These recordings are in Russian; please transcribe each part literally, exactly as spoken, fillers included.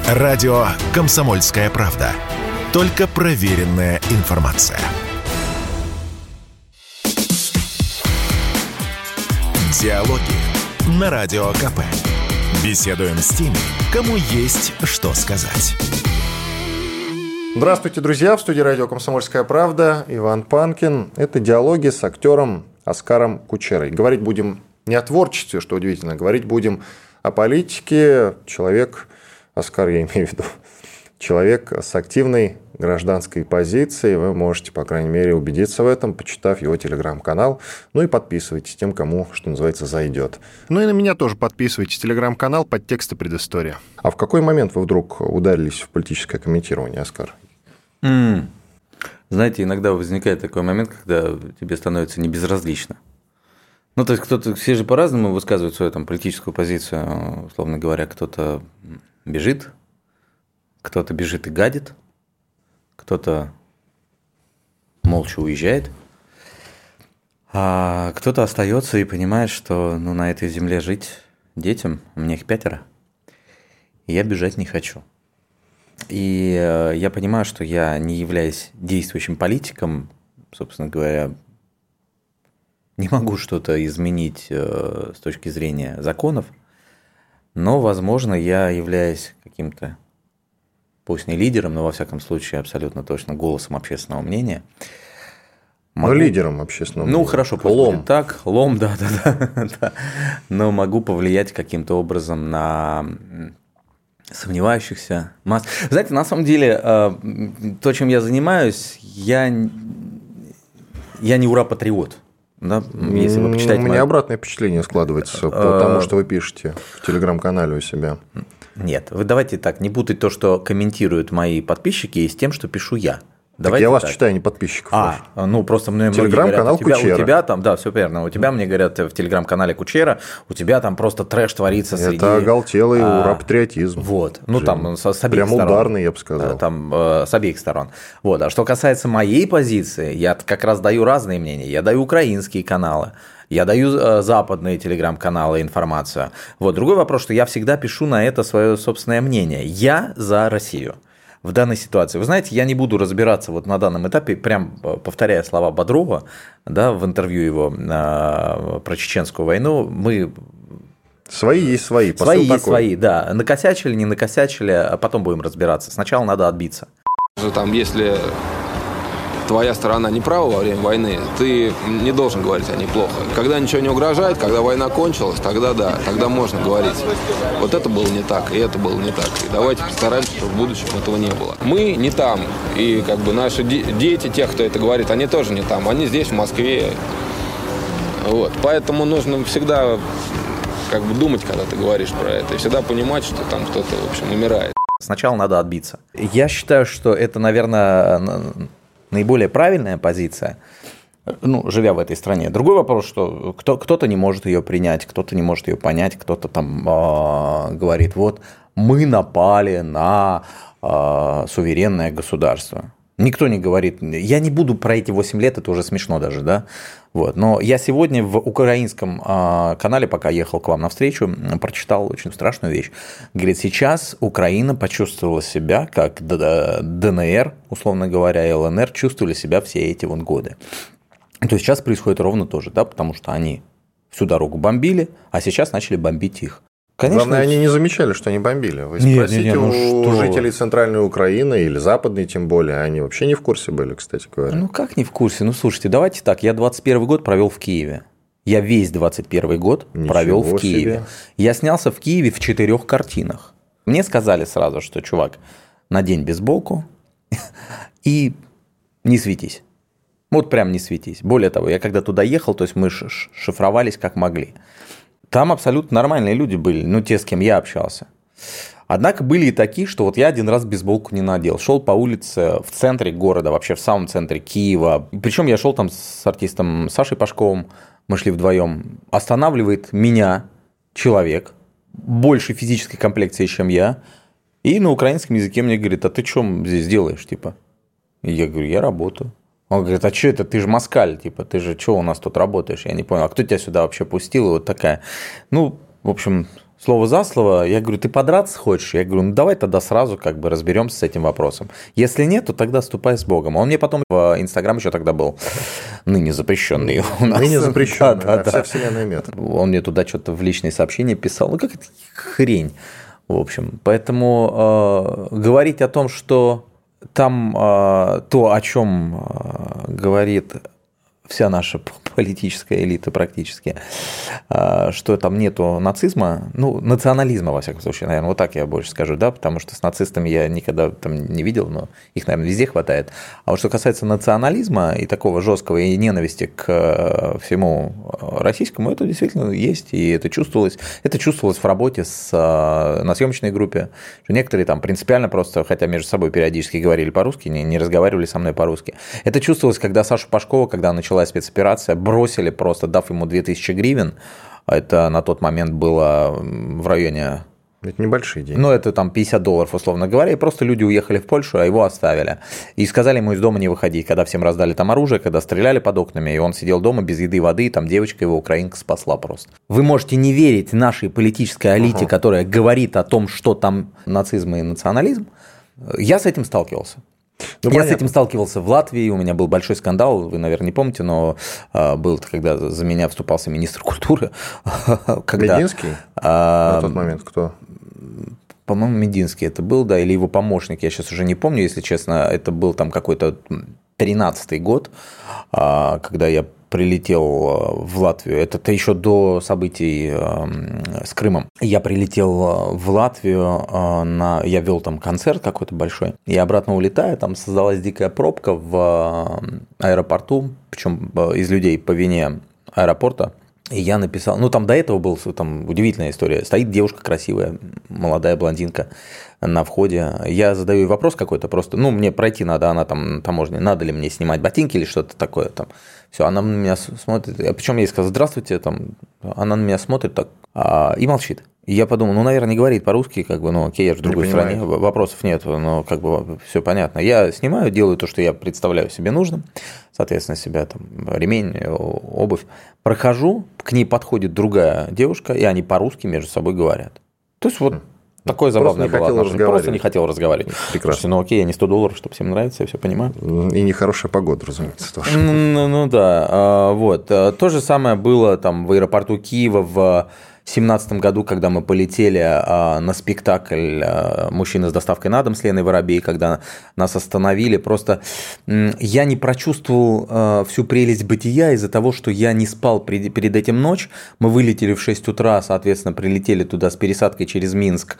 Радио «Комсомольская правда». Только проверенная информация. Диалоги на Радио КП. Беседуем с теми, кому есть что сказать. Здравствуйте, друзья! В студии радио «Комсомольская правда» Иван Панкин. Это диалоги с актером Оскаром Кучерой. Говорить будем не о творчестве, что удивительно, говорить будем о политике. Человек, Оскар я имею в виду, человек с активной гражданской позицией. Вы можете, по крайней мере, убедиться в этом, почитав его телеграм-канал. Ну и подписывайтесь тем, кому, что называется, зайдет. Ну и на меня тоже подписывайтесь. Телеграм-канал «Подтексты. Предыстория». А в какой момент вы вдруг ударились в политическое комментирование, Оскар? Mm. Знаете, иногда возникает такой момент, когда тебе становится небезразлично. Ну, то есть, кто-то, все же по-разному высказывают свою там, политическую позицию. Условно говоря, кто-то бежит, кто-то бежит и гадит, кто-то молча уезжает, а кто-то остается и понимает, что ну, на этой земле жить детям, у меня их пятеро, и я бежать не хочу. И я понимаю, что я, не являясь действующим политиком, собственно говоря, не могу что-то изменить с точки зрения законов, но, возможно, я являюсь каким-то, пусть не лидером, но, во всяком случае, абсолютно точно голосом общественного мнения. Могу... Ну, лидером общественного мнения. Ну, хорошо, пусть лом. будет так, лом, да-да-да, но могу повлиять каким-то образом на... сомневающихся масс. Знаете, на самом деле, то, чем я занимаюсь, я, я не ура-патриот. Да? Если вы почитаете у меня мои... обратное впечатление складывается по тому, что вы пишете в телеграм-канале у себя. Нет, вы давайте так, не путать то, что комментируют мои подписчики, и с тем, что пишу я. Так я вас так. читаю, не подписчиков. А, ваш. ну просто мне телеграм-канал у тебя, Кучера. У тебя там, да, все верно. У тебя, мне говорят, в телеграм-канале Кучера, у тебя там просто трэш творится среди... Это оголтелый а, ура-патриотизм. Вот. Ну там с, с обеих Прям сторон. ударный, я бы сказал. Там э, с обеих сторон. Вот. А что касается моей позиции, я как раз даю разные мнения. Я даю украинские каналы. Я даю э, западные телеграм-каналы информацию. Вот. Другой вопрос, что я всегда пишу на это свое собственное мнение. Я за Россию. В данной ситуации. Вы знаете, я не буду разбираться вот на данном этапе, прям повторяя слова Бодрова, да, в интервью его э, про чеченскую войну, мы... Свои есть свои, посыл Свои такой. есть свои, да. Накосячили, не накосячили, а потом будем разбираться. Сначала надо отбиться. Там, если твоя сторона не права во время войны, ты не должен говорить о ней плохо. Когда ничего не угрожает, когда война кончилась, тогда да, тогда можно говорить. Вот это было не так, и это было не так. И давайте постараемся, чтобы в будущем этого не было. Мы не там, и как бы наши дети, тех, кто это говорит, они тоже не там, они здесь, в Москве. Вот. Поэтому нужно всегда как бы думать, когда ты говоришь про это, и всегда понимать, что там кто-то, в общем, умирает. Сначала надо отбиться. Я считаю, что это, наверное, наиболее правильная позиция, ну, живя в этой стране. Другой вопрос, что кто, кто-то не может ее принять, кто-то не может ее понять, кто-то там э, говорит, вот мы напали на э, суверенное государство. Никто не говорит, я не буду про эти восемь лет, это уже смешно даже, да, вот. Но я сегодня в украинском э, канале, пока ехал к вам навстречу, прочитал очень страшную вещь. Говорит, сейчас Украина почувствовала себя, как ДНР, условно говоря, и ЛНР чувствовали себя все эти вот годы. То есть сейчас происходит ровно то же, да, потому что они всю дорогу бомбили, а сейчас начали бомбить их. Конечно, главное, они не замечали, что они бомбили. Вы спросите нет, нет, ну у что? жителей Центральной Украины или Западной, тем более, они вообще не в курсе были, кстати говоря. Ну, как не в курсе? Ну, слушайте, давайте так, я двадцать первый год провел в Киеве. Я весь двадцать первый год Ничего провел в Киеве. Себе. Я снялся в Киеве в четырех картинах. Мне сказали сразу, что, чувак, надень бейсболку и не светись. Вот прям не светись. Более того, я когда туда ехал, то есть мы шифровались как могли. Там абсолютно нормальные люди были, ну, те, с кем я общался. Однако были и такие, что вот я один раз бейсболку не надел. Шел по улице в центре города, вообще в самом центре Киева. Причем я шел там с артистом Сашей Пашковым, мы шли вдвоем. Останавливает меня человек, больше физической комплекции, чем я, и на украинском языке мне говорит, а ты что здесь делаешь, типа? И я говорю, я работаю. Он говорит, а что это, ты же москаль, типа, ты же что у нас тут работаешь? Я не понял, а кто тебя сюда вообще пустил? И вот такая, ну, в общем, слово за слово. Я говорю, ты подраться хочешь? Я говорю, ну давай тогда сразу как бы разберемся с этим вопросом. Если нет, то тогда ступай с Богом. Он мне потом в Инстаграм еще тогда был ныне запрещенный у нас. Ныне запрещенный, да, да, да, вся да. вселенная мед. Он мне туда что-то в личные сообщения писал. Ну, как это хрень, в общем. Поэтому э, говорить о том, что там э, то, о чем э, говорит вся наша политическая элита практически, что там нету нацизма, ну, национализма, во всяком случае, наверное, вот так я больше скажу, да, потому что с нацистами я никогда там не видел, но их, наверное, везде хватает. А вот что касается национализма и такого жесткого и ненависти к всему российскому, это действительно есть, и это чувствовалось. Это чувствовалось в работе с, на съемочной группе, что некоторые там принципиально просто, хотя между собой периодически говорили по-русски, не, не разговаривали со мной по-русски. Это чувствовалось, когда Сашу Пашкова, когда началась спецоперация, бросили просто, дав ему две тысячи гривен. Это на тот момент было в районе... Это небольшие деньги. Ну, это там пятьдесят долларов, условно говоря. И просто люди уехали в Польшу, а его оставили. И сказали ему из дома не выходить, когда всем раздали там оружие, когда стреляли под окнами, и он сидел дома без еды и воды, и там девочка его, украинка, спасла просто. Вы можете не верить нашей политической элите, uh-huh. которая говорит о том, что там нацизм и национализм. Я с этим сталкивался. Ну, я понятно. С этим сталкивался в Латвии, у меня был большой скандал, вы, наверное, не помните, но а, был, когда за меня вступался министр культуры. Когда, Мединский? А, на тот момент кто? По-моему, Мединский это был, да, или его помощник, я сейчас уже не помню, если честно, это был там какой-то тринадцатый год, а, когда я прилетел в Латвию, это еще до событий с Крымом. Я прилетел в Латвию, на... я вел там концерт какой-то большой, и обратно улетая, там создалась дикая пробка в аэропорту, причем из людей по вине аэропорта. И я написал, ну там до этого была там удивительная история. Стоит девушка красивая, молодая блондинка на входе. Я задаю ей вопрос какой-то просто, ну мне пройти надо, она там на таможне, надо ли мне снимать ботинки или что-то такое там. Все, она на меня смотрит, а причем я ей сказал, здравствуйте, там, она на меня смотрит так а, и молчит. И я подумал, ну, наверное, не говорит по-русски, как бы, ну, окей, я же в другой стране, вопросов нет, но как бы все понятно. Я снимаю, делаю то, что я представляю себе нужным, соответственно, себя там ремень, обувь. Прохожу, к ней подходит другая девушка, и они по-русски между собой говорят. То есть вот такое забавное было отношение. Просто не хотел разговаривать. Прекрасно. Слушайте, ну окей, я не сто долларов, чтобы всем нравится, я все понимаю. И нехорошая погода, разумеется, тоже. Ну, ну да, вот. То же самое было там в аэропорту Киева в две тысячи семнадцатом году, когда мы полетели на спектакль «Мужчина с доставкой на дом» с Леной Воробей, когда нас остановили. Просто я не прочувствовал всю прелесть бытия из-за того, что я не спал перед этим ночь. Мы вылетели в шесть утра, соответственно, прилетели туда с пересадкой через Минск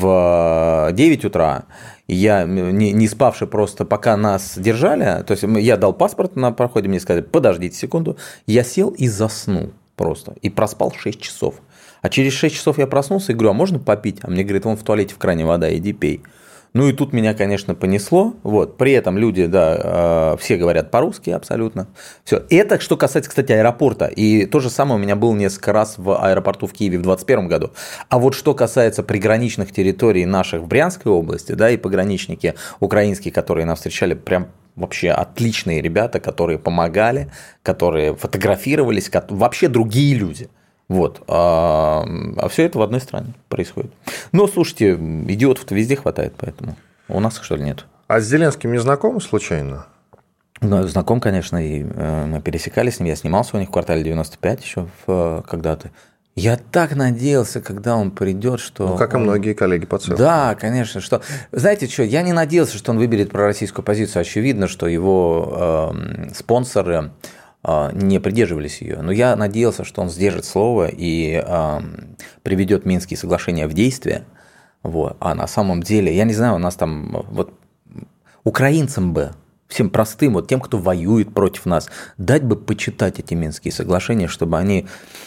в девять утра. Я не, не спавший просто, пока нас держали, то есть я дал паспорт на проходе, мне сказали, подождите секунду, я сел и заснул просто, и проспал шесть часов. А через шесть часов я проснулся и говорю, а можно попить? А мне говорит, вон в туалете в кране вода, иди пей. Ну и тут меня, конечно, понесло. Вот. При этом люди, да, все говорят по-русски абсолютно. Все. Это что касается, кстати, аэропорта. И то же самое у меня было несколько раз в аэропорту в Киеве в двадцать первом году. А вот что касается приграничных территорий наших в Брянской области, да, и пограничники украинские, которые нас встречали, прям вообще отличные ребята, которые помогали, которые фотографировались, вообще другие люди. Вот. А, а все это в одной стране происходит. Но, слушайте, идиотов-то везде хватает, поэтому у нас, что ли, нет. А с Зеленским не знакомы случайно? Ну, знаком, конечно, и э, мы пересекались с ним. Я снимался у них в квартале девяносто пять еще в, когда-то. Я так надеялся, когда он придет, что... Ну, как и он... многие коллеги по цеху. Да, конечно. Что... Знаете что, я не надеялся, что он выберет пророссийскую позицию. Очевидно, что его э, спонсоры... не придерживались ее. Но я надеялся, что он сдержит слово и э, приведет Минские соглашения в действие. Вот. А на самом деле, я не знаю, у нас там вот украинцам бы, всем простым, вот тем, кто воюет против нас, дать бы почитать эти Минские соглашения, чтобы они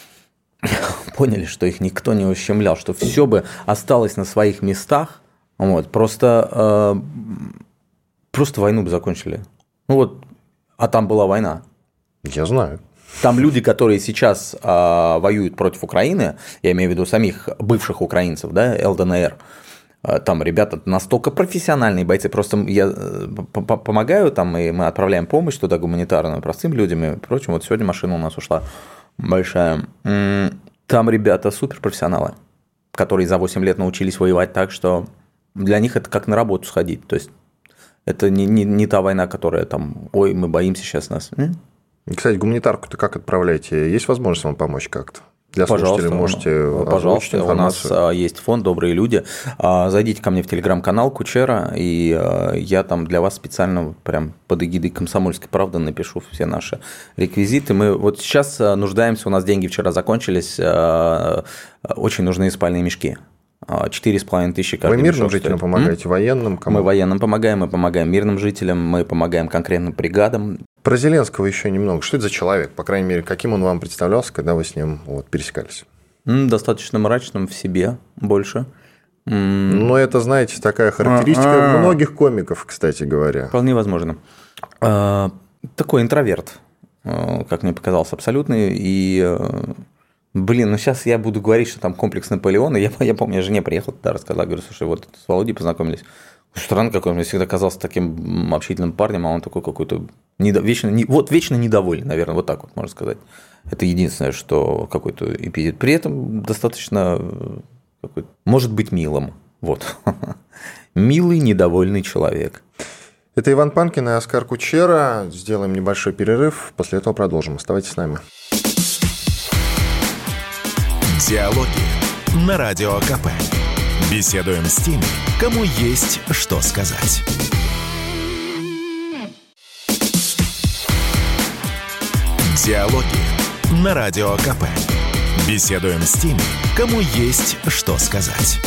поняли, что их никто не ущемлял, что все бы осталось на своих местах. Вот. Просто, э, просто войну бы закончили. Ну вот, а там была война. Я знаю. Там люди, которые сейчас э, воюют против Украины, я имею в виду самих бывших украинцев, да, эл дэ эн эр, э, там ребята настолько профессиональные бойцы, просто я помогаю там, и мы отправляем помощь туда гуманитарную простым людям и прочим. Вот сегодня машина у нас ушла большая. Там ребята суперпрофессионалы. которые за восемь лет научились воевать так, что для них это как на работу сходить. То есть это не, не, не та война, которая там, ой, мы боимся сейчас нас. Кстати, гуманитарку-то как отправляете? Есть возможность вам помочь как-то? Для слушателей можете пожалуйста, у нас есть фонд «Добрые люди». Зайдите ко мне в телеграм-канал Кучера, и я там для вас специально прям под эгидой «Комсомольской правды» напишу все наши реквизиты. Мы вот сейчас нуждаемся, у нас деньги вчера закончились, очень нужны спальные мешки. Четыре с половиной тысячи каждый. Вы мирным мешок жителям стоит. помогаете, М? военным? Кому? Мы военным помогаем, мы помогаем мирным жителям, мы помогаем конкретным бригадам. Про Зеленского еще немного. Что это за человек? По крайней мере, каким он вам представлялся, когда вы с ним вот, пересекались? Достаточно мрачным в себе больше. Ну, это, знаете, такая характеристика А-а-а. многих комиков, кстати говоря. Вполне возможно. Такой интроверт, как мне показалось, абсолютный. И, блин, ну сейчас я буду говорить, что там комплекс Наполеона. Я, я помню, я жене приехал туда, рассказал, говорю, слушай, вот с Володей познакомились. Странно какой, он мне всегда казался таким общительным парнем, а он такой какой-то недо... вечно, не... вот, вечно недовольный, наверное, вот так вот можно сказать. Это единственное, что какой-то эпитет. При этом достаточно, какой-то... может быть, милым. Вот. Милый, недовольный человек. Это Иван Панкин и Оскар Кучера. Сделаем небольшой перерыв, после этого продолжим. Оставайтесь с нами. Диалоги на Радио КП. Беседуем с теми, кому есть что сказать. Диалоги на Радио КП. Беседуем с теми, кому есть что сказать.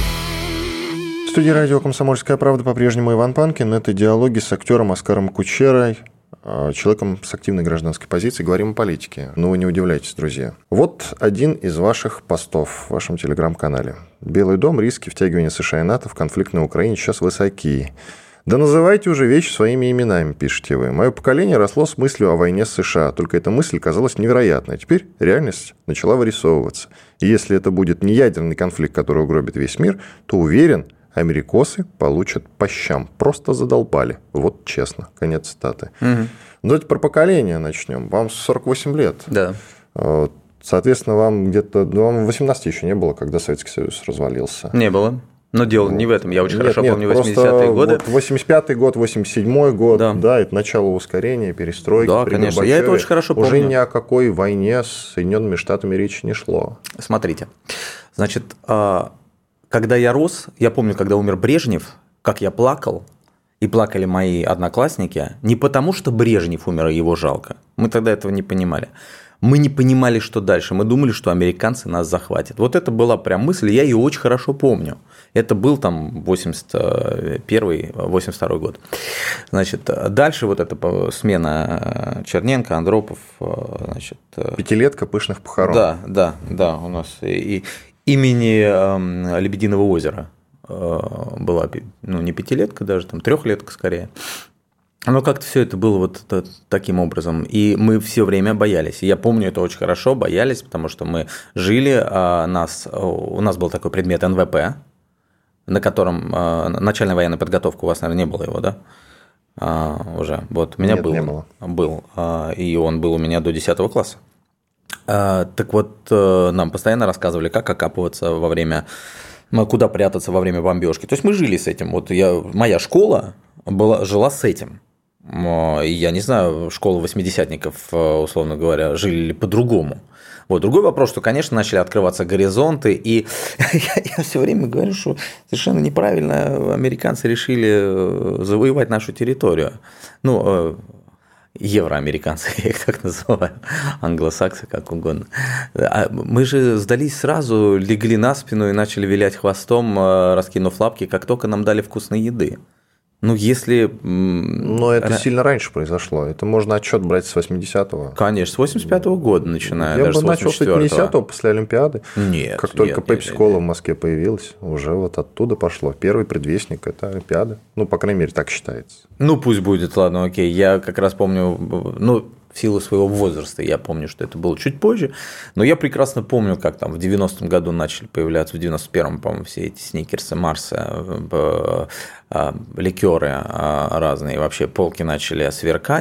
В студии радио «Комсомольская правда» по-прежнему Иван Панкин. Это диалоги с актером Оскаром Кучерой, человеком с активной гражданской позицией. Говорим о политике. Но вы не удивляйтесь, друзья. Вот один из ваших постов в вашем телеграм-канале. Белый дом, риски втягивания США и НАТО в конфликт на Украине сейчас высоки. Да называйте уже вещи своими именами, пишете вы. Мое поколение росло с мыслью о войне с США, только эта мысль казалась невероятной. А теперь реальность начала вырисовываться. И если это будет не ядерный конфликт, который угробит весь мир, то уверен, америкосы получат по щам. Просто задолбали. Вот честно. Конец цитаты. Угу. Ну, давайте про поколение начнем. Вам сорок восемь лет. Да. Соответственно, вам где-то... Вам восемнадцати еще не было, когда Советский Союз развалился. Не было. Но дело вот. не в этом. Я очень нет, хорошо нет, помню восьмидесятые годы. Вот восемьдесят пятый год, восемьдесят седьмой год. Да. да, это начало ускорения, перестройки. Да, конечно. Я это очень хорошо Уже помню. Уже ни о какой войне с Соединенными Штатами речи не шло. Смотрите. Значит, когда я рос, я помню, когда умер Брежнев, как я плакал, и плакали мои одноклассники, не потому, что Брежнев умер, и его жалко. Мы тогда этого не понимали. Мы не понимали, что дальше. Мы думали, что американцы нас захватят. Вот это была прям мысль, я ее очень хорошо помню. Это был там восемьдесят первый - восемьдесят второй год. Значит, дальше вот эта смена Черненко, Андропов. Значит, пятилетка пышных похорон. Да, да, да. У нас и имени Лебединого озера была, ну, не пятилетка даже, там трехлетка скорее. Но как-то все это было вот таким образом. И мы все время боялись. И я помню это очень хорошо, боялись, потому что мы жили, а нас, у нас был такой предмет эн вэ пэ, на котором начальная военная подготовка, у вас, наверное, не было его, да? А, уже. Вот, у меня Нет, был. Не было. Был. И он был у меня до десятого класса. А, так вот, нам постоянно рассказывали, как окапываться во время, куда прятаться во время бомбежки. То есть мы жили с этим. Вот я, моя школа была, жила с этим. Я не знаю, школа восьмидесятников, условно говоря, жили ли по-другому. Вот. Другой вопрос, что, конечно, начали открываться горизонты, и я, я все время говорю, что совершенно неправильно американцы решили завоевать нашу территорию. Ну, евроамериканцы, я их так называю, англосаксы, как угодно. Мы же сдались сразу, легли на спину и начали вилять хвостом, раскинув лапки, как только нам дали вкусной еды. Ну, если... Но это Р... сильно раньше произошло. Это можно отчет брать с восьмидесятого. Конечно, с восемьдесят пятого года начиная. Я даже бы начал с пятидесятого, после Олимпиады. Нет. Как только нет, Пепси-кола нет, в Москве появилась, уже вот оттуда пошло. Первый предвестник – это Олимпиада. Ну, по крайней мере, так считается. Ну, пусть будет, ладно, окей. Я как раз помню... Ну, в силу своего возраста я помню, что это было чуть позже, но я прекрасно помню, как там в девяностом году начали появляться, в девяносто первом, по-моему, все эти сникерсы, Марсы, ликеры разные, вообще полки начали сверкать,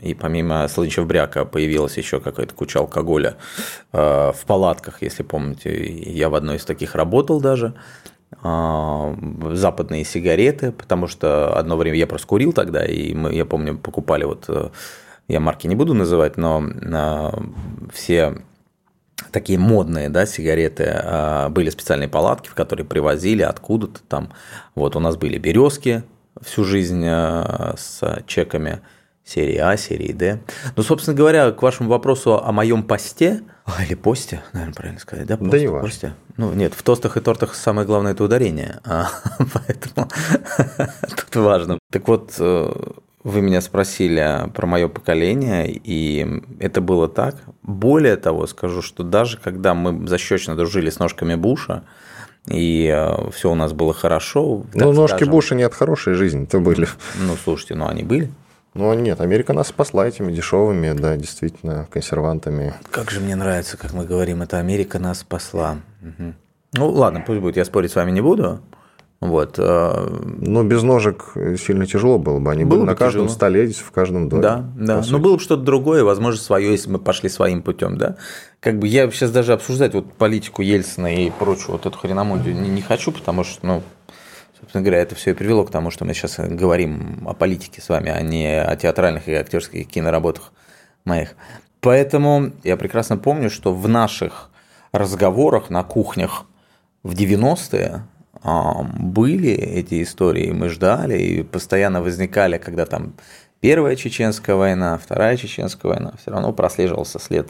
и помимо Солончев-Бряка появилась еще какая-то куча алкоголя в палатках, если помните. Я в одной из таких работал даже. Западные сигареты, потому что одно время я просто курил тогда, и мы, я помню, покупали, вот я марки не буду называть, но все такие модные, да, сигареты, были специальные палатки, в которые привозили откуда-то там. Вот у нас были березки всю жизнь с чеками серии А, серии Д. Ну, собственно говоря, к вашему вопросу о моем посте, или посте, наверное, правильно сказать, да? Пост, да не важно. Посте. Ну, нет, в тостах и тортах самое главное – это ударение, а, поэтому тут важно. Так вот, вы меня спросили про мое поколение, и это было так. Более того, скажу, что даже когда мы защечно дружили с ножками Буша, и все у нас было хорошо. Ну, ножки скажем, Буша не от хорошей жизни-то были. Ну, слушайте, ну они были. Ну, нет, Америка нас спасла этими дешевыми, да, действительно, консервантами. Как же мне нравится, как мы говорим, это Америка нас спасла. Угу. Ну, ладно, пусть будет, я спорить с вами не буду. Вот. Но без ножек сильно тяжело было бы. Они было были бы на каждом тяжело. Столе, в каждом доме. Да, да. Но было бы что-то другое, возможно, свое, если мы пошли своим путем, да. Как бы я сейчас даже обсуждать вот политику Ельцина и прочую вот эту хреномудию не, не хочу, потому что, ну, собственно говоря, это все и привело к тому, что мы сейчас говорим о политике с вами, а не о театральных и актерских киноработах моих. Поэтому я прекрасно помню, что в наших разговорах на кухнях в девяностые были эти истории, мы ждали, и постоянно возникали, когда там первая чеченская война, вторая чеченская война, все равно прослеживался след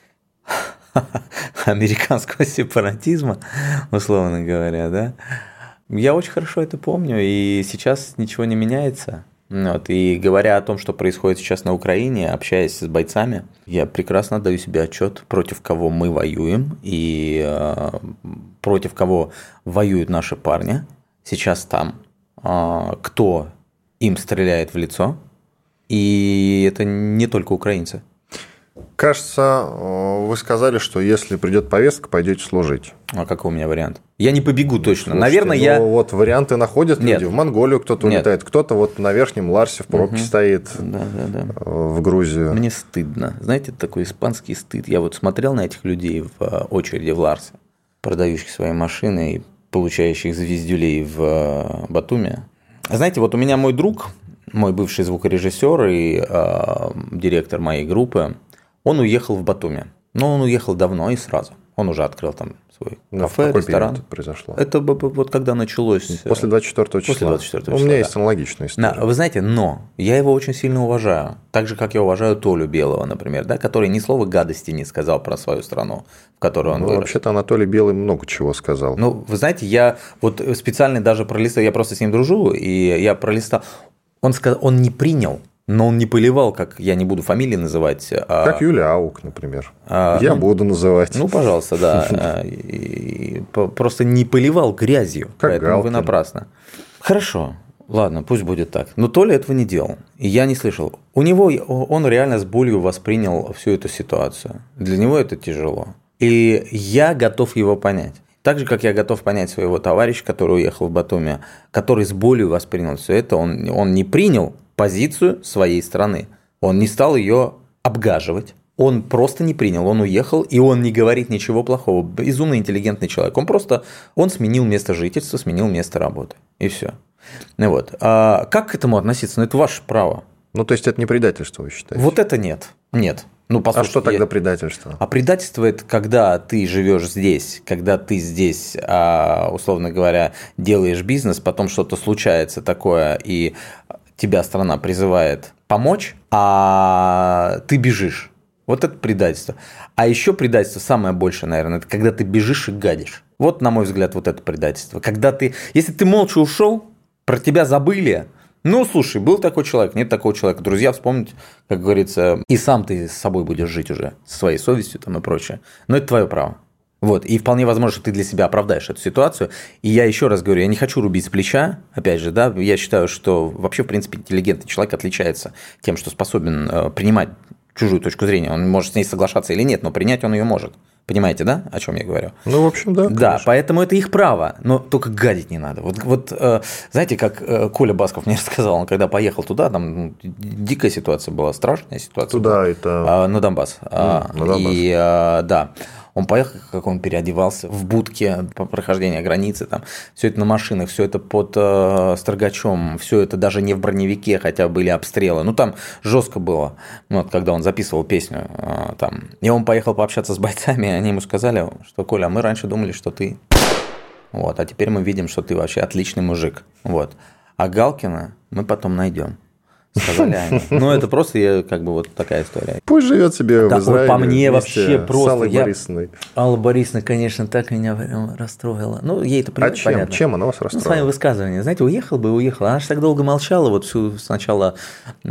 американского сепаратизма, условно говоря, да. Я очень хорошо это помню, и сейчас ничего не меняется. Вот, и говоря о том, что происходит сейчас на Украине, общаясь с бойцами, я прекрасно отдаю себе отчет, против кого мы воюем и э, против кого воюют наши парни сейчас там, э, кто им стреляет в лицо, и это не только украинцы. Кажется, вы сказали, что если придет повестка, пойдете служить. А какой у меня вариант? Я не побегу точно. Слушайте, наверное, ну, я. Вот варианты находят Нет. люди. В Монголию кто-то Нет. улетает, кто-то вот на Верхнем Ларсе в пробке угу. стоит, да, да, да. в Грузию. Мне стыдно. Знаете, такой испанский стыд. Я вот смотрел на этих людей в очереди в Ларсе, продающих свои машины и получающих звездюлей в Батуми. Знаете, вот у меня мой друг, мой бывший звукорежиссер и э, директор моей группы, он уехал в Батуми. Но он уехал давно и сразу. Он уже открыл там свой Но кафе, в ресторан. Это произошло? Это вот когда началось. После двадцать четвёртого числа. После двадцать четвёртого У числа, меня да. есть аналогичная история. Да, вы знаете, но я его очень сильно уважаю. Так же, как я уважаю Толю Белого, например, да, который ни слова гадости не сказал про свою страну, в которой он ну, вырос. Вообще-то Анатолий Белый много чего сказал. Ну, вы знаете, я вот специально даже пролистал, я просто с ним дружу, и я пролистал. Он сказал, он не принял. Но он не поливал, как я не буду фамилии называть. А... Как Юлия Аук, например. А... Я ну, буду называть. Ну, пожалуйста, да. Просто не поливал грязью. Как поэтому Галкин. Вы напрасно. Хорошо. Ладно, пусть будет так. Но Толя этого не делал. И я не слышал. У него, он реально с болью воспринял всю эту ситуацию. Для него это тяжело. И я готов его понять. Так же, как я готов понять своего товарища, который уехал в Батуми, который с болью воспринял все это, он, он не принял позицию своей страны. Он не стал ее обгаживать. Он просто не принял. Он уехал, и он не говорит ничего плохого. Безумно интеллигентный человек. Он просто он сменил место жительства, сменил место работы. И все. Ну вот. А как к этому относиться? Ну, это ваше право. Ну, то есть, это не предательство, вы считаете? Вот это нет. Нет. Ну, а что тогда я... предательство? А предательство – это когда ты живешь здесь, когда ты здесь, условно говоря, делаешь бизнес, потом что-то случается такое, и тебя страна призывает помочь, а ты бежишь. Вот это предательство. А еще предательство самое большее, наверное, это когда ты бежишь и гадишь. Вот, на мой взгляд, вот это предательство. Когда ты, если ты молча ушел, про тебя забыли. Ну, слушай, был такой человек, нет такого человека. Друзья, вспомнить, как говорится, и сам ты с собой будешь жить уже, со своей совестью там и прочее. Но это твое право. Вот, и вполне возможно, что ты для себя оправдаешь эту ситуацию. И я еще раз говорю, я не хочу рубить с плеча, опять же, да, я считаю, что вообще, в принципе, интеллигентный человек отличается тем, что способен принимать чужую точку зрения. Он может с ней соглашаться или нет, но принять он ее может. Понимаете, да, о чем я говорю? Ну, в общем, да. Да, конечно. поэтому это их право, но только гадить не надо. Вот, вот знаете, как Коля Басков мне рассказал, он когда поехал туда, там ну, дикая ситуация была, страшная ситуация. Туда была. это... На Донбасс. Mm, на Донбасс. И да. Он поехал, как он переодевался в будке по прохождению границы, там, все это на машинах, все это под э, строгачом, все это даже не в броневике, хотя были обстрелы. Ну, там жестко было, ну, вот, когда он записывал песню. Э, там. И он поехал пообщаться с бойцами, и они ему сказали, что, Коля, мы раньше думали, что ты... Вот, а теперь мы видим, что ты вообще отличный мужик. Вот. А Галкина мы потом найдем. Сказали они. Ну, это просто я, как бы вот такая история. Пусть живет себе да, в Израиле. По мне вообще просто. С Аллой я... Борисовной. Алла Борисовна, конечно, так меня прям расстроила. Ну, ей это а чем? понятно. Чем она вас расстроила? Ну, своим высказыванием. Знаете, уехал бы, уехала. Она же так долго молчала. Вот всю сначала э,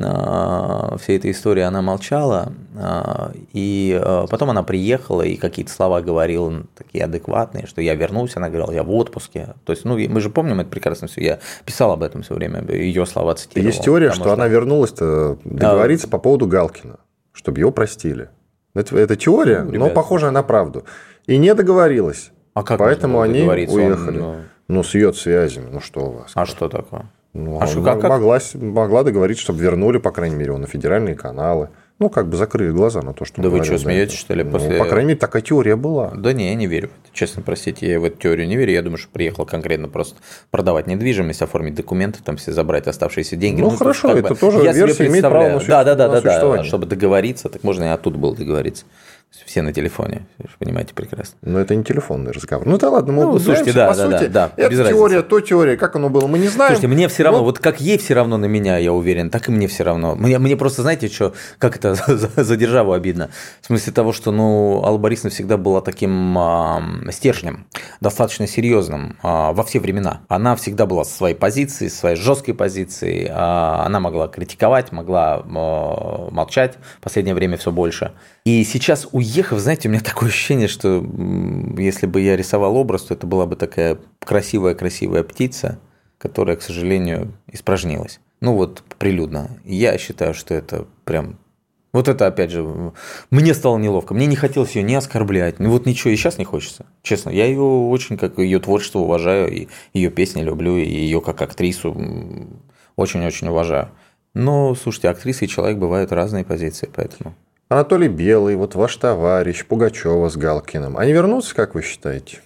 всей этой истории она молчала. Э, и э, потом она приехала и какие-то слова говорила такие адекватные, что я вернулся. Она говорила, я в отпуске. То есть, ну, мы же помним это прекрасно все. Я писал об этом все время. Ее слова цитировал. Есть теория, что, что она вернулась-то договориться а... по поводу Галкина, чтобы его простили. Это, это теория, ну, но похожая на правду. И не договорилась. А как Поэтому они уехали. Он, ну... ну, с ее связями. Ну, что у вас? А что такое? Ну, а она как, могла, могла договориться, чтобы вернули, по крайней мере, его на федеральные каналы. Ну, как бы закрыли глаза на то, что Да вы что, смеетесь, что ли? Ну, после... по крайней мере, такая теория была. Да не, я не верю. Честно, простите, я в эту теорию не верю. Я думаю, что приехал конкретно просто продавать недвижимость, оформить документы, там все забрать оставшиеся деньги. Ну, ну хорошо, есть, это бы, тоже версия имеет право на да, да, да, да, существование. Да, чтобы договориться, так можно и оттуда было договориться. Все на телефоне, вы же понимаете прекрасно. Но это не телефонный разговор. Ну, да ладно, мы ну, слушайте, да, по да, сути, да, да, это теория, то теория, как оно было, мы не знаем. Слушайте, мне все равно, вот, вот как ей все равно на меня, я уверен, так и мне все равно. Мне, мне просто, знаете, что, как это за державу обидно? В смысле того, что, ну, Алла Борисовна всегда была таким э, стержнем, достаточно серьезным э, во все времена. Она всегда была со своей позицией, своей жесткой позицией. Э, она могла критиковать, могла э, молчать в последнее время все больше. И сейчас, уехав, знаете, у меня такое ощущение, что если бы я рисовал образ, то это была бы такая красивая-красивая птица, которая, к сожалению, испражнилась. Ну вот, прилюдно. Я считаю, что это прям... Вот это, опять же, мне стало неловко. Мне не хотелось ее не оскорблять. Ну вот ничего, и сейчас не хочется. Честно, я ее очень, как ее творчество уважаю, и ее песни люблю, и ее как актрису очень-очень уважаю. Но, слушайте, актрисы и человек бывают разные позиции, поэтому... Анатолий Белый, вот ваш товарищ, Пугачева с Галкиным. Они вернутся, как вы считаете?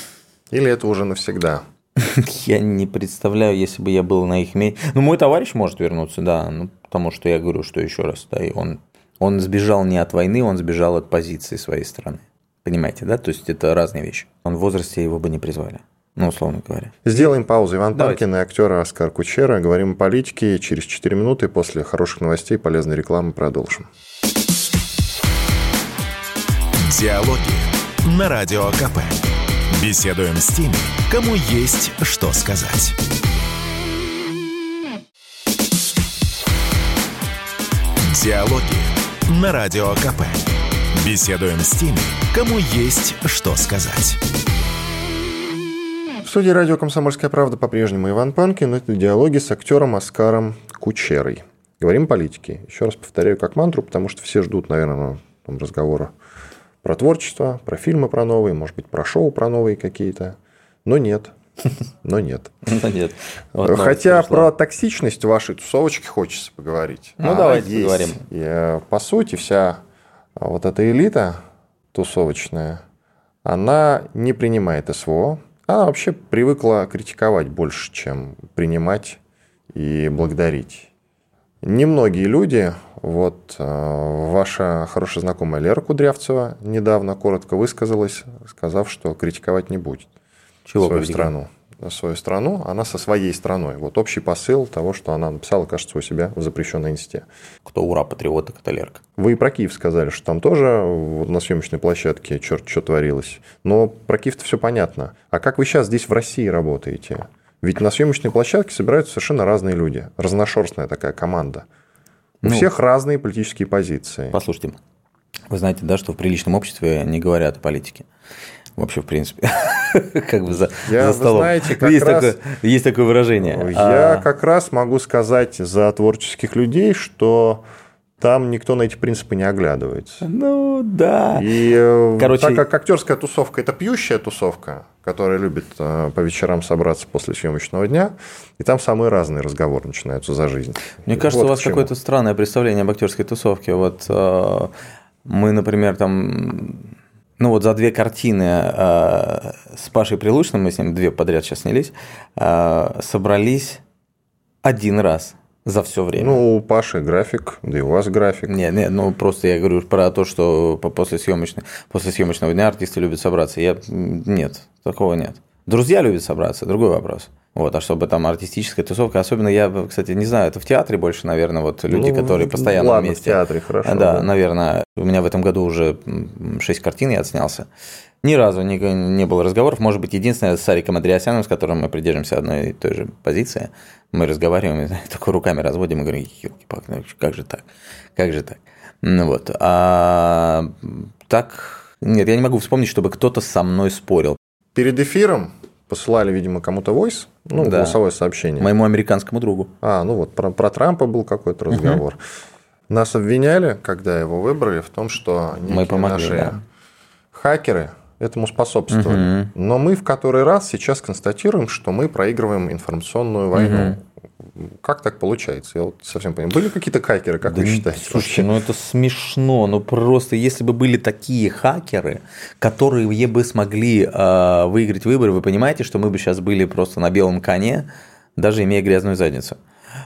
Или это уже навсегда? Я не представляю, если бы я был на их месте. Ну, мой товарищ может вернуться, да. Ну, потому что я говорю, что еще раз, да, и он, он сбежал не от войны, он сбежал от позиции своей страны. Понимаете, да? То есть это разные вещи. Он в возрасте его бы не призвали. Ну, условно говоря. Сделаем паузу. Иван Давайте. Панкин и актер Оскар Кучера. Говорим о политике. Через четыре минуты после хороших новостей, полезной рекламы продолжим. Диалоги на Радио КП. Беседуем с теми, кому есть что сказать. Диалоги на Радио КП. Беседуем с теми, кому есть что сказать. В студии радио «Комсомольская правда» по-прежнему Иван Панкин. Это диалоги с актером Оскаром Кучерой. Говорим о политике. Еще раз повторяю как мантру, потому что все ждут, наверное, разговора про творчество, про фильмы про новые, может быть, про шоу про новые какие-то. Но нет. Но нет. Но нет. Вот хотя про токсичность вашей тусовочки хочется поговорить. Ну, а, давайте есть. Поговорим. И, по сути, вся вот эта элита тусовочная, она не принимает СВО. Она вообще привыкла критиковать больше, чем принимать и благодарить. Немногие люди, вот ваша хорошая знакомая Лера Кудрявцева недавно коротко высказалась, сказав, что критиковать не будет. Чего свою критиковать? страну. Свою страну, она со своей страной. Вот общий посыл того, что она написала, кажется, у себя в запрещенной инсте. Кто ура, патриот, так это Лерка. Вы и про Киев сказали, что там тоже вот на съемочной площадке черт что творилось. Но про Киев-то все понятно. А как вы сейчас здесь в России работаете? Ведь на съемочной площадке собираются совершенно разные люди. Разношерстная такая команда. У ну, всех разные политические позиции. Послушайте, вы знаете, да, что в приличном обществе не говорят о политике. Вообще, в принципе, как бы за, я, за столом. Вы знаете, как есть, раз, такое, есть такое выражение. Я а... как раз могу сказать за творческих людей, что там никто на эти принципы не оглядывается. Ну, да. И Короче... так как актерская тусовка – это пьющая тусовка, которая любит по вечерам собраться после съемочного дня, и там самые разные разговоры начинаются за жизнь. Мне кажется, вот у вас какое-то странное представление об актерской тусовке. Вот э, мы, например, там, ну вот за две картины э, с Пашей Прилучным, мы с ним две подряд сейчас снялись, э, собрались один раз. За все время. Ну, у Паши график, да и у вас график. Нет, нет, ну просто я говорю про то, что после съемочного, после съемочного дня артисты любят собраться. Я... Нет, такого нет. Друзья любят собраться, другой вопрос. Вот, а чтобы там артистическая тусовка, особенно я, кстати, не знаю, это в театре больше, наверное, вот люди, ну, которые постоянно ладно, вместе. В театре, хорошо. Да, да, наверное, у меня в этом году уже шесть картин я отснялся. Ни разу не, не было разговоров. Может быть, единственное, с Сариком Андреасяном, с которым мы придерживаемся одной и той же позиции, мы разговариваем, и такой руками разводим и говорим, елки-палки, как же так, как же так. Ну вот, а так, нет, я не могу вспомнить, чтобы кто-то со мной спорил. Перед эфиром посылали, видимо, кому-то войс, ну, да. голосовое сообщение. Моему американскому другу. А, ну вот, про, про Трампа был какой-то разговор. Угу. Нас обвиняли, когда его выбрали, в том, что некие помогли, наши да. хакеры этому способствовали. Угу. Но мы в который раз сейчас констатируем, что мы проигрываем информационную войну. Угу. Как так получается? Я вот совсем понимаю. Были какие-то хакеры, как да вы считаете? Слушайте, ну это смешно. Ну просто, если бы были такие хакеры, которые бы смогли э, выиграть выборы, вы понимаете, что мы бы сейчас были просто на белом коне, даже имея грязную задницу.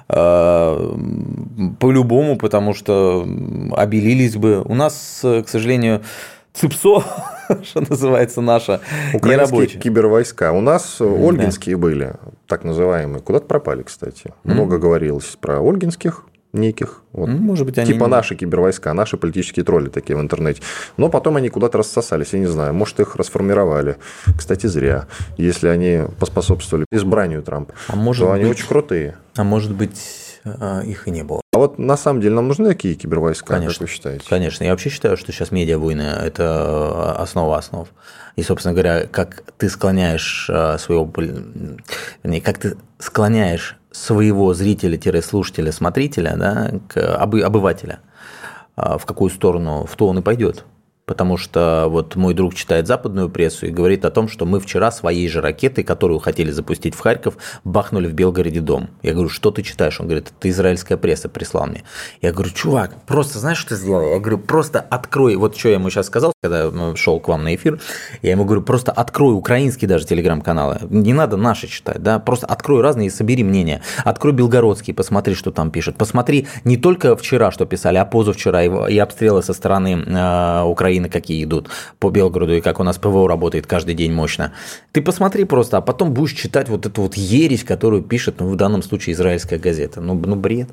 Э, по-любому, потому что обелились бы. У нас, к сожалению, ЦИПСО, что называется, наша украинские кибервойска. У нас ольгинские да. были, так называемые. Куда-то пропали, кстати. Mm-hmm. Много говорилось про ольгинских неких. Вот. Может быть, типа они... наши кибервойска, наши политические тролли такие в интернете. Но потом они куда-то рассосались, я не знаю. Может, их расформировали. Кстати, зря. Если они поспособствовали избранию Трампа, а может то быть... они очень крутые. А может быть, их и не было. А вот на самом деле нам нужны такие кибервойска, конечно, как вы считаете? Конечно. Я вообще считаю, что сейчас медиавойны – это основа основ. И, собственно говоря, как ты склоняешь своего, вернее, как ты склоняешь своего зрителя-слушателя, смотрителя, да, к обывателя, в какую сторону, в то он и пойдет. Потому что вот мой друг читает западную прессу и говорит о том, что мы вчера своей же ракетой, которую хотели запустить в Харьков, бахнули в Белгороде дом. Я говорю, что ты читаешь? Он говорит, это израильская пресса прислал мне. Я говорю, чувак, просто знаешь, что ты сделал? Я говорю, просто открой, вот что я ему сейчас сказал, когда шел к вам на эфир, я ему говорю, просто открой украинские даже телеграм-каналы, не надо наши читать, да, просто открой разные и собери мнения. Открой белгородские, посмотри, что там пишут. Посмотри не только вчера, что писали, а позавчера и, и обстрелы со стороны э, Украины, какие идут по Белгороду, и как у нас ПВО работает каждый день мощно. Ты посмотри просто, а потом будешь читать вот эту вот ересь, которую пишет, ну, в данном случае, израильская газета. Ну, ну бред.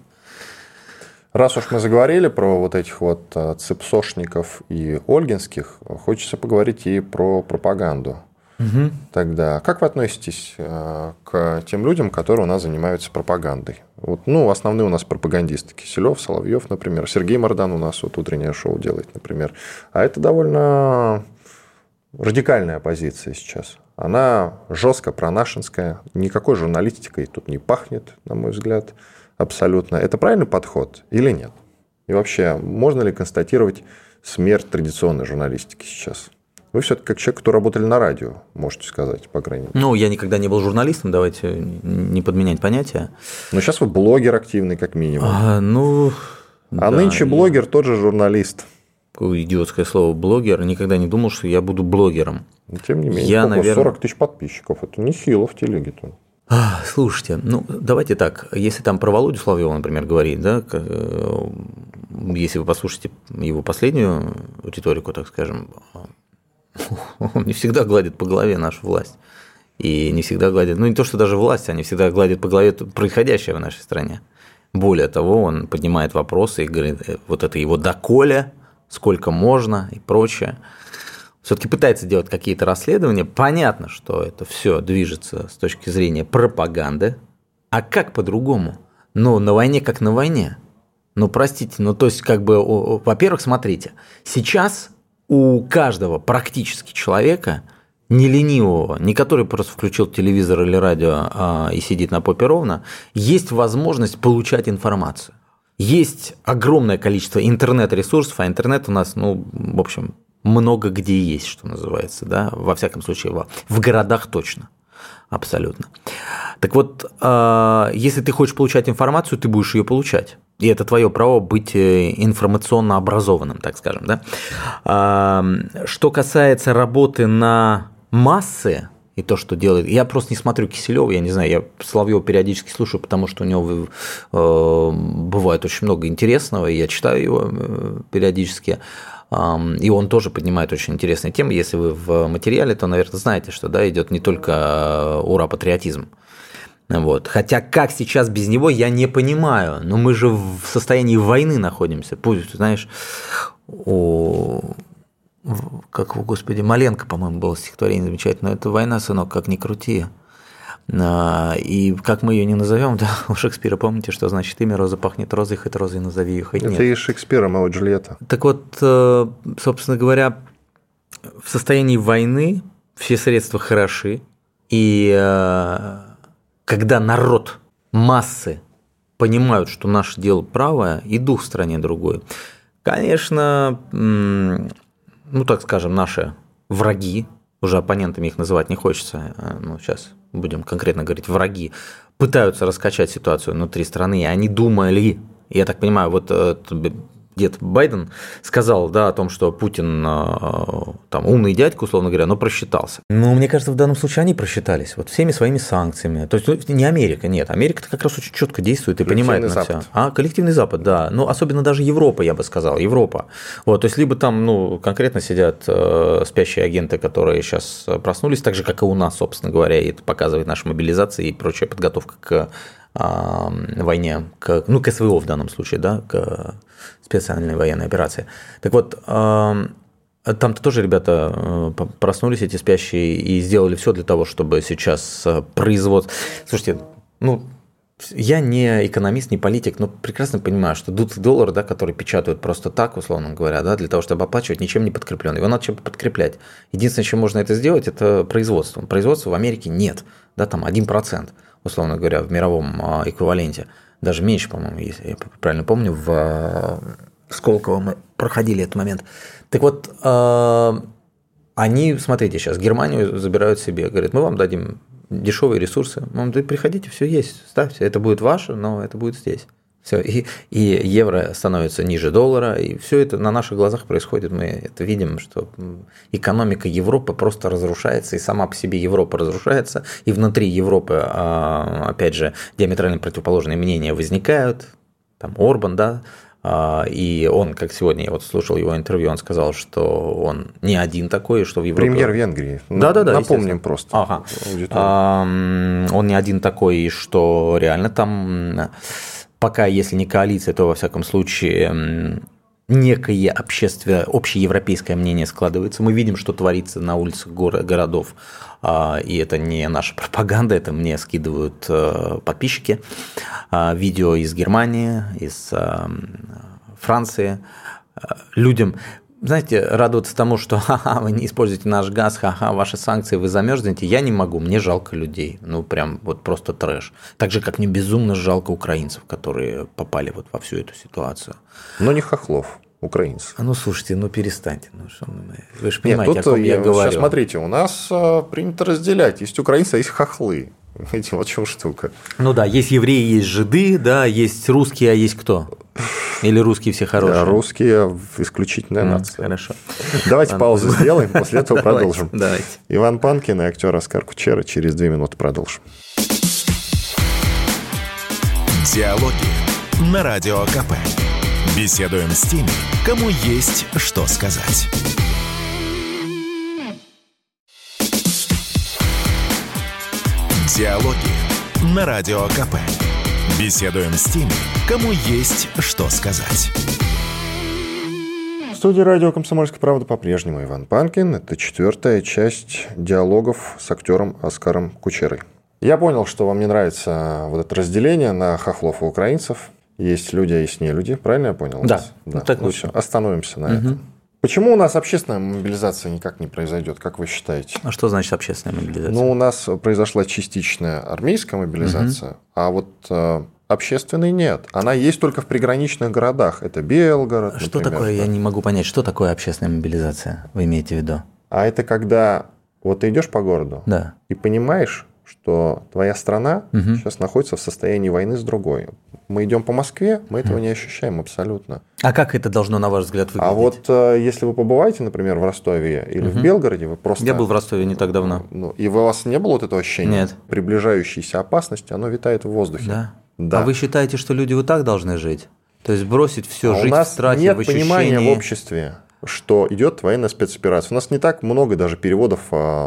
Раз уж мы заговорили про вот этих вот ципсошников и ольгинских, хочется поговорить и про пропаганду. Угу. Тогда как вы относитесь к тем людям, которые у нас занимаются пропагандой? Вот, ну, основные у нас пропагандисты. Киселев, Соловьев, например. Сергей Мардан у нас вот утреннее шоу делает, например. А это довольно радикальная позиция сейчас. Она жестко пронашенская. Никакой журналистикой тут не пахнет, на мой взгляд, абсолютно. Это правильный подход или нет? И вообще, можно ли констатировать смерть традиционной журналистики сейчас? Вы все-таки как человек, кто работали на радио, можете сказать, по крайней мере. Ну, я никогда не был журналистом, давайте не подменять понятия. Но сейчас вы блогер активный, как минимум. А, ну, а да, нынче блогер я... тот же журналист. Какое идиотское слово блогер. Никогда не думал, что я буду блогером. Но, тем не менее, я, наверное... сорок тысяч подписчиков. Это нехило в телеге-то. А, слушайте, ну давайте так, если там про Володю Соловьева, например, говорить, да, если вы послушаете его последнюю риторику, так скажем, он не всегда гладит по голове нашу власть. И не всегда гладит, ну не то, что даже власть, а не всегда гладит по голове происходящее в нашей стране. Более того, он поднимает вопросы и говорит, вот это его доколе, сколько можно и прочее. Все-таки пытается делать какие-то расследования. Понятно, что это все движется с точки зрения пропаганды. А как по-другому? Ну, на войне как на войне. Ну, простите, ну то есть, как бы, во-первых, смотрите, сейчас у каждого практически человека, не ленивого, не который просто включил телевизор или радио а, и сидит на попе ровно, есть возможность получать информацию. Есть огромное количество интернет-ресурсов, а интернет у нас, ну, в общем, много где есть, что называется, да, во всяком случае, в, в городах точно, абсолютно. Так вот, если ты хочешь получать информацию, ты будешь ее получать. И это твое право быть информационно образованным, так скажем, да. Что касается работы на массы, и то, что делает... Я просто не смотрю Киселева, я не знаю, я Соловьева периодически слушаю, потому что у него э, бывает очень много интересного, и я читаю его э, периодически, э, и он тоже поднимает очень интересные темы. Если вы в материале, то, наверное, знаете, что да, идет не только ура-патриотизм. Вот. Хотя как сейчас без него, я не понимаю, но мы же в состоянии войны находимся. Пусть, знаешь, о... как, господи, Маленко, по-моему, было стихотворение замечательное. Это война, сынок, как ни крути. И как мы ее не назовем, да, у Шекспира, помните, что значит имя роза пахнет розой, хоть розой назови ее, хоть нет. Это и Шекспира, Ромео и Джульетта. Так вот, собственно говоря, в состоянии войны все средства хороши, и когда народ, массы понимают, что наше дело правое, и дух в стране другой, конечно, ну, так скажем, наши враги, уже оппонентами их называть не хочется, ну, сейчас будем конкретно говорить, враги, пытаются раскачать ситуацию внутри страны, и они думали, я так понимаю, вот дед Байден сказал, да, о том, что Путин там умный дядька, условно говоря, но просчитался. Но мне кажется, в данном случае они просчитались вот всеми своими санкциями. То есть не Америка, нет, Америка-то как раз очень четко действует и понимает на все. А коллективный Запад, да, ну особенно даже Европа, я бы сказал, Европа. Вот, то есть либо там, ну конкретно сидят э, спящие агенты, которые сейчас проснулись, так же как и у нас, собственно говоря, и это показывает наша мобилизация и прочая подготовка к э, войне, к, ну к СВО в данном случае, да, к специальной военной операции. Так вот, там-то тоже ребята проснулись, эти спящие, и сделали все для того, чтобы сейчас производство... Слушайте, ну, я не экономист, не политик, но прекрасно понимаю, что доллар, да, который печатают просто так, условно говоря, да, для того, чтобы оплачивать, ничем не подкреплен. Его надо чем-то подкреплять. Единственное, чем можно это сделать, это производством. Производства в Америке нет, да, там один процент, условно говоря, в мировом эквиваленте. Даже меньше, по-моему, если я правильно помню, в Сколково мы проходили этот момент. Так вот, они, смотрите, сейчас Германию забирают себе, говорят, мы вам дадим дешевые ресурсы, мы вам говорим, приходите, все есть, ставьте, это будет ваше, но это будет здесь. Все, и, и евро становится ниже доллара, и все это на наших глазах происходит. Мы это видим, что экономика Европы просто разрушается, и сама по себе Европа разрушается, и внутри Европы, опять же, диаметрально противоположные мнения возникают. Там Орбан, да, и он, как сегодня я вот слушал его интервью, он сказал, что он не один такой, что в Европе... Премьер Венгрии. Да-да-да. Напомним просто. Ага. Он не один такой, и что реально там... Пока, если не коалиция, то, во всяком случае, некое общественное, общеевропейское мнение складывается. Мы видим, что творится на улицах городов, и это не наша пропаганда, это мне скидывают подписчики. Видео из Германии, из Франции. Людям... Знаете, радоваться тому, что ха-ха, вы не используете наш газ, ха-ха, ваши санкции, вы замерзнете, я не могу, мне жалко людей, ну прям вот просто трэш. Так же, как мне безумно жалко украинцев, которые попали вот во всю эту ситуацию. Но не хохлов, украинцев. Ну слушайте, ну перестаньте, ну что вы же понимаете, Нет, о ком я, я говорю. Сейчас смотрите, у нас принято разделять, есть украинцы, а есть хохлы. Видите, вот в чем штука. Ну да, есть евреи, есть жиды, да, есть русские, а есть кто? Или русские все хорошие? Да, русские исключительная нация. Хорошо. Давайте паузу сделаем, после этого продолжим. Давайте. Иван Панкин и актер Оскар Кучера. Через две минуты продолжим. Диалоги на Радио КП. Беседуем с теми, кому есть что сказать. Диалоги на Радио КП. Беседуем с теми, кому есть что сказать. В студии радио «Комсомольская правда» по-прежнему Иван Панкин. Это четвертая часть диалогов с актером Оскаром Кучерой. Я понял, что вам не нравится вот это разделение на хохлов и украинцев. Есть люди, а есть не люди. Правильно я понял? Да. да. Так ну, лучше. Остановимся на угу. этом. Почему у нас общественная мобилизация никак не произойдет, как вы считаете? А что значит общественная мобилизация? Ну, у нас произошла частичная армейская мобилизация, угу. а вот общественной нет. Она есть только в приграничных городах. Это Белгород, Что например. такое, я не могу понять, что такое общественная мобилизация, вы имеете в виду? А это когда вот ты идешь по городу да. и понимаешь, что твоя страна угу. сейчас находится в состоянии войны с другой. Мы идем по Москве, мы этого не ощущаем абсолютно. А как это должно, на ваш взгляд, выглядеть? А вот если вы побываете, например, в Ростове или угу. в Белгороде, вы просто... Я был в Ростове не так давно. Ну, и у вас не было вот этого ощущения? Нет. Приближающейся опасности, оно витает в воздухе. Да. Да. А вы считаете, что люди вот так должны жить? То есть бросить все, а жить у нас в страхе, нет в ощущении... понимания в обществе, что идет военная спецоперация. У нас не так много даже переводов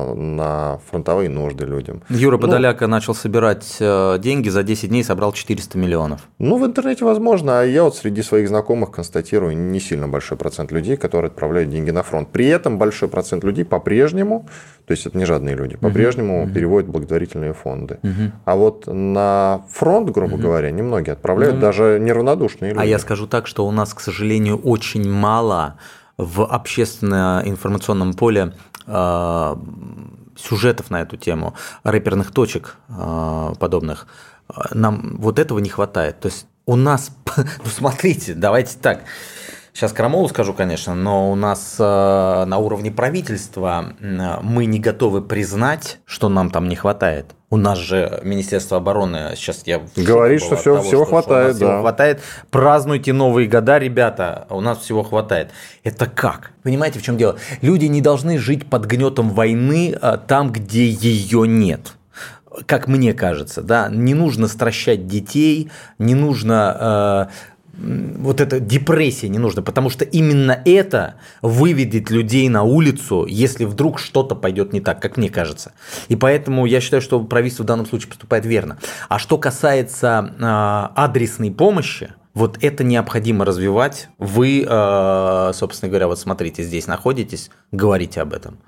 на фронтовые нужды людям. Юра Подоляка ну, начал собирать деньги, за десять дней собрал четыреста миллионов. Ну, в интернете возможно, а я вот среди своих знакомых констатирую не сильно большой процент людей, которые отправляют деньги на фронт. При этом большой процент людей по-прежнему, то есть это не жадные люди, по-прежнему uh-huh. переводят благотворительные фонды. Uh-huh. А вот на фронт, грубо uh-huh. говоря, немногие отправляют, uh-huh. даже неравнодушные люди. А я скажу так, что у нас, к сожалению, очень мало в общественно-информационном поле э, сюжетов на эту тему, рэперных точек э, подобных. Нам вот этого не хватает. То есть у нас, ну смотрите, давайте так, сейчас крамолу скажу, конечно, но у нас э, на уровне правительства э, мы не готовы признать, что нам там не хватает. У нас же Министерство обороны сейчас я говорит, что все, того, всего что, хватает, что да. Всего хватает. Празднуйте Новые года, ребята, у нас всего хватает. Это как? Понимаете, в чем дело? Люди не должны жить под гнетом войны там, где ее нет. Как мне кажется, да, не нужно стращать детей, не нужно э, вот эта депрессия не нужна, потому что именно это выведет людей на улицу, если вдруг что-то пойдет не так, как мне кажется. И поэтому я считаю, что правительство в данном случае поступает верно. А что касается э, адресной помощи, вот это необходимо развивать. Вы, э, собственно говоря, вот смотрите, здесь находитесь, говорите об этом.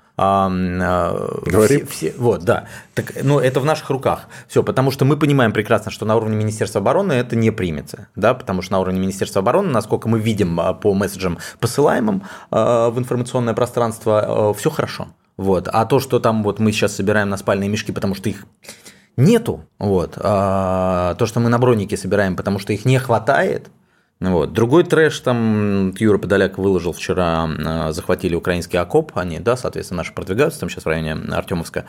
Говорим. Все, все, вот, да. Так, ну, это в наших руках. Все, потому что мы понимаем прекрасно, что на уровне Министерства обороны это не примется. Да, потому что на уровне Министерства обороны, насколько мы видим по месседжам, посылаемым в информационное пространство, все хорошо. Вот. А то, что там вот мы сейчас собираем на спальные мешки, потому что их нету, вот. А то, что мы на броники собираем, потому что их не хватает. Вот. Другой трэш, там Юра Подоляк выложил вчера, захватили украинский окоп, они, да, соответственно, наши продвигаются там сейчас в районе Артемовска,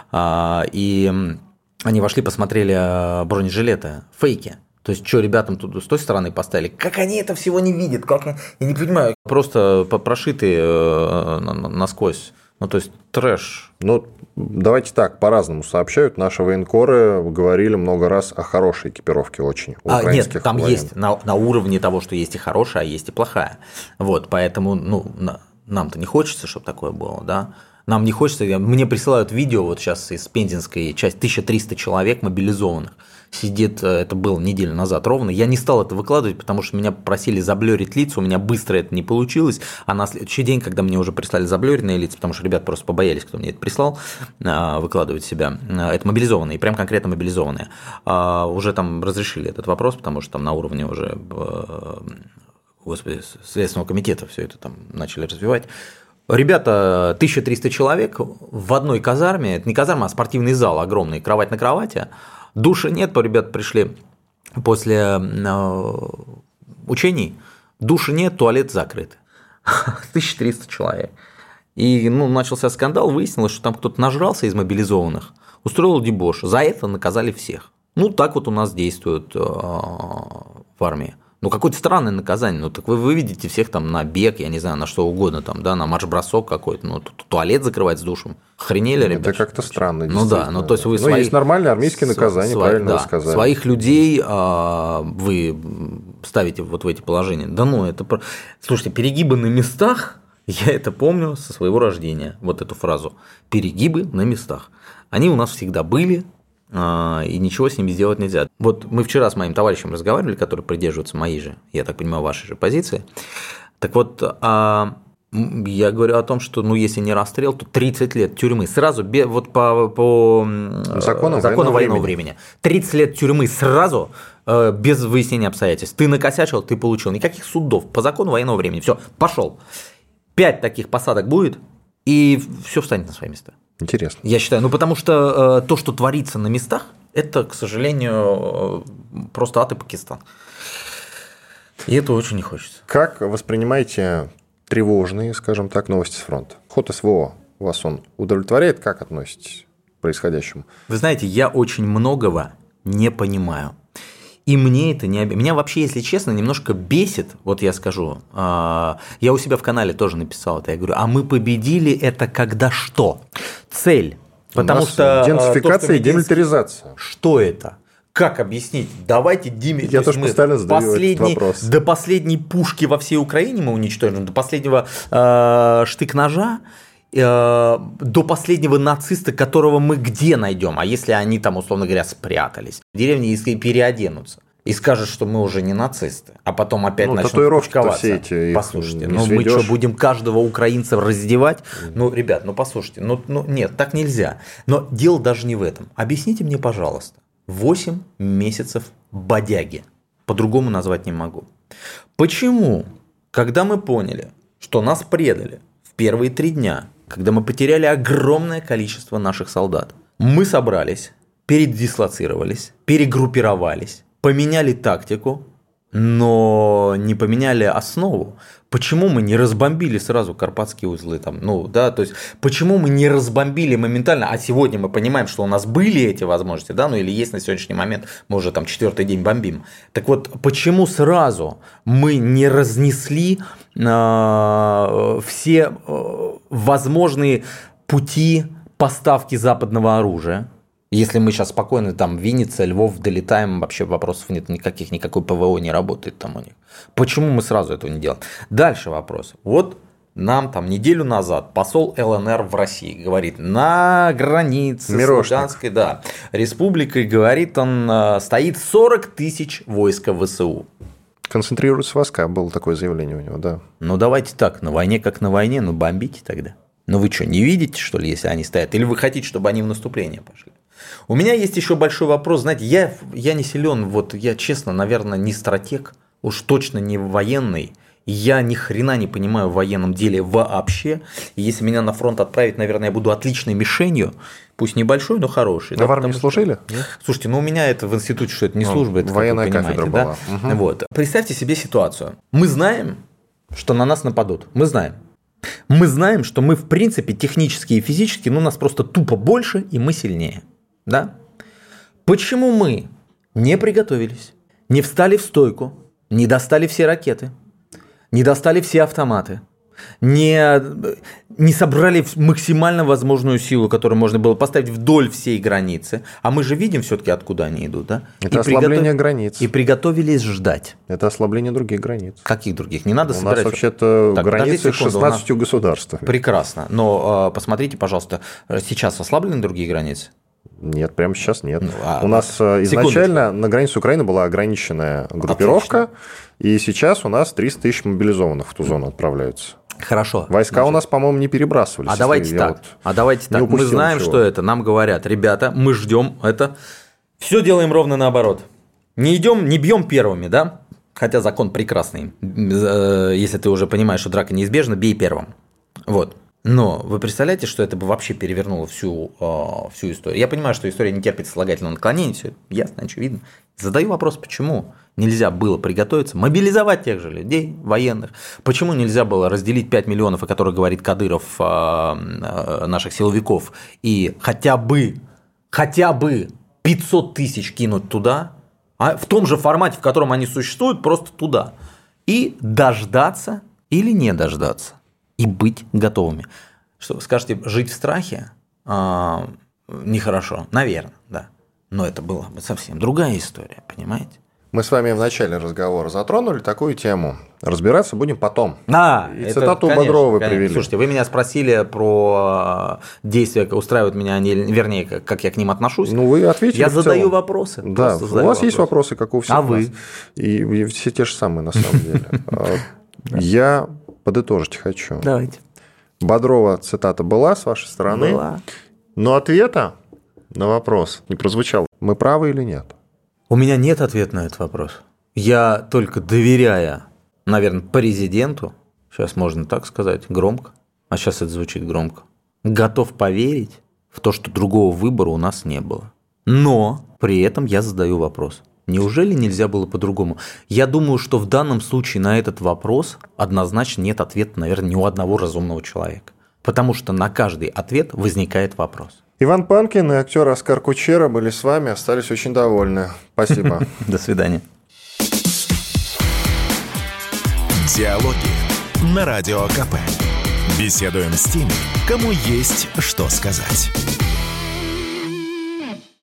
и они вошли, посмотрели бронежилеты, фейки. То есть, что ребятам тут с той стороны поставили? Как они это всего не видят? Как... Я не понимаю. Просто прошитые насквозь. Ну, то есть, трэш. Ну, давайте так, по-разному сообщают. Наши военкоры говорили много раз о хорошей экипировке очень у а, украинских Нет, там военных. есть на, на уровне того, что есть и хорошая, а есть и плохая. Вот, поэтому, ну, на, нам-то не хочется, чтобы такое было, да. Нам не хочется, мне присылают видео вот сейчас из Пензенской части, тысяча триста человек мобилизованных. Сидит, это было неделю назад ровно. Я не стал это выкладывать, потому что меня просили заблерить лица, у меня быстро это не получилось. А на следующий день, когда мне уже прислали заблеренные лица, потому что ребят просто побоялись, кто мне это прислал, выкладывать себя, это мобилизованные, прям конкретно мобилизованные, уже там разрешили этот вопрос, потому что там на уровне уже, господи, Следственного комитета все это там начали развивать. Ребята, тысяча триста человек в одной казарме, это не казарма, а спортивный зал огромный, кровать на кровати. Душа нет, ребята пришли после учений, души нет, туалет закрыт. тысяча триста человек. И ну, начался скандал, выяснилось, что там кто-то нажрался из мобилизованных, устроил дебош, за это наказали всех. Ну, так вот у нас действуют в армии. Ну, какое-то странное наказание. Ну, так вы выведете всех там на бег, я не знаю, на что угодно, там, да, на марш-бросок какой-то, ну, туалет закрывать с душем. Охренели, ребята? Это как-то странно, Ну да, ну то есть вы ну, своих... есть нормальные армейские наказания, свои, правильно да, вы сказали. Своих людей а, вы ставите вот в эти положения. Да ну, это... Слушайте, перегибы на местах, я это помню со своего рождения, вот эту фразу. Перегибы на местах. Они у нас всегда были, и ничего с ними сделать нельзя. Вот мы вчера с моим товарищем разговаривали, который придерживается моей же, я так понимаю, вашей же позиции. Так вот, я говорю о том, что, ну, если не расстрел, то тридцать лет тюрьмы. Сразу, вот по, по закону, закону военного времени. времени. тридцать лет тюрьмы сразу, без выяснения обстоятельств. Ты накосячил, ты получил. Никаких судов. По закону военного времени. Все, пошел. Пять таких посадок будет, и все встанет на свои места. Интересно. Я считаю, ну потому что э, то, что творится на местах, это, к сожалению, просто ад и Пакистан. И это очень не хочется. Как воспринимаете тревожные, скажем так, новости с фронта? Ход СВО вас он удовлетворяет? Как относитесь к происходящему? Вы знаете, я очень многого не понимаю. И мне это не... Меня вообще, если честно, немножко бесит, вот я скажу, я у себя в канале тоже написал это, я говорю, а мы победили это когда что? Цель. Потому У нас что... денацификация и демилитаризация. Что это? Как объяснить? Давайте демилитаризировать. Я тоже постоянно задаю этот вопрос. До последней пушки во всей Украине мы уничтожим, до последнего э, штык-ножа, э, до последнего нациста, которого мы где найдем? А если они там, условно говоря, спрятались в деревне и переоденутся? И скажут, что мы уже не нацисты, а потом опять ну, начнут пушковаться. Все эти послушайте, ну мы что, будем каждого украинца раздевать? Mm. Ну, ребят, ну послушайте, ну, ну нет, так нельзя. Но дело даже не в этом. Объясните мне, пожалуйста, восемь месяцев бодяги, по-другому назвать не могу. Почему, когда мы поняли, что нас предали в первые три дня, когда мы потеряли огромное количество наших солдат, мы собрались, передислоцировались, перегруппировались, поменяли тактику, но не поменяли основу. Почему мы не разбомбили сразу Карпатские узлы? Там, ну, да, то есть, почему мы не разбомбили моментально, а сегодня мы понимаем, что у нас были эти возможности, да, ну или есть на сегодняшний момент, мы уже там четвертый день бомбим. Так вот, почему сразу мы не разнесли э, все э, возможные пути поставки западного оружия? Если мы сейчас спокойно там Винница, Львов долетаем, вообще вопросов нет никаких, никакой ПВО не работает там у них. Почему мы сразу этого не делаем? Дальше вопрос. Вот нам там неделю назад посол ЛНР в России говорит, на границе с Луганской, да, республикой, говорит, он стоит сорок тысяч войска ВСУ. Концентрируются войска, было такое заявление у него, да. Ну давайте так, на войне как на войне, ну бомбите тогда. Ну вы что, не видите, что ли, если они стоят? Или вы хотите, чтобы они в наступление пошли? У меня есть еще большой вопрос. Знаете, я, я не силен, вот я честно, наверное, не стратег, уж точно не военный. Я ни хрена не понимаю в военном деле вообще. И если меня на фронт отправить, наверное, я буду отличной мишенью. Пусть небольшой, но хороший. А да, в армии служили? Что... Слушайте, ну у меня это в институте, что это не служба, это военная кафедра была. Да? Угу. Вот. Представьте себе ситуацию. Мы знаем, что на нас нападут. Мы знаем. Мы знаем, что мы, в принципе, технически и физически, ну, нас просто тупо больше, и мы сильнее. Да? Почему мы не приготовились, не встали в стойку, не достали все ракеты, не достали все автоматы, не, не собрали максимально возможную силу, которую можно было поставить вдоль всей границы, а мы же видим все-таки, откуда они идут, да? Это и ослабление приготов... границ. И приготовились ждать. Это ослабление других границ. Каких других? Не надо У собирать. У нас вообще-то так, границы с шестнадцатью нас... государствами. Прекрасно. Но посмотрите, пожалуйста, сейчас ослаблены другие границы? Нет, прямо сейчас нет. Ну, а, у нас секундочку. Изначально на границе Украины была ограниченная группировка, Отлично. И сейчас у нас триста тысяч мобилизованных в ту зону отправляются. Хорошо. Войска значит, у нас, по-моему, не перебрасывались. А давайте так. Вот а давайте так. Мы знаем, ничего. Что это. Нам говорят, ребята, мы ждем это. Все делаем ровно наоборот. Не идем, не бьем первыми, да? Хотя закон прекрасный. Если ты уже понимаешь, что драка неизбежна, бей первым. Вот. Но вы представляете, что это бы вообще перевернуло всю, э, всю историю? Я понимаю, что история не терпит слагательного наклонения, все это ясно, очевидно. Задаю вопрос, почему нельзя было приготовиться, мобилизовать тех же людей, военных? Почему нельзя было разделить пять миллионов, о которых говорит Кадыров, э, э, наших силовиков, и хотя бы, хотя бы пятьсот тысяч кинуть туда, а в том же формате, в котором они существуют, просто туда, и дождаться или не дождаться? И быть готовыми. Что вы скажете, жить в страхе а, нехорошо? Наверное, да. Но это была бы совсем другая история, понимаете? Мы с вами в начале разговора затронули такую тему. Разбираться будем потом. А, и это, цитату конечно, Бодрова вы привели. Слушайте, вы меня спросили про действия, устраивают меня, они, вернее, как я к ним отношусь. Ну, вы ответили. Я задаю вопросы. Да, у вас вопросы. Есть вопросы, как у всех. А вы? И, и все те же самые, на самом деле. Я... Подытожить хочу. Давайте. Бодрова цитата была с вашей стороны. Была. Но ответа на вопрос не прозвучало. Мы правы или нет? У меня нет ответа на этот вопрос. Я только доверяя, наверное, президенту, сейчас можно так сказать, громко, а сейчас это звучит громко, готов поверить в то, что другого выбора у нас не было. Но при этом я задаю вопрос. Неужели нельзя было по-другому? Я думаю, что в данном случае на этот вопрос однозначно нет ответа, наверное, ни у одного разумного человека. Потому что на каждый ответ возникает вопрос. Иван Панкин и актер Оскар Кучера были с вами, остались очень довольны. Спасибо. До свидания. Диалоги на Радио КП. Беседуем с теми, кому есть что сказать.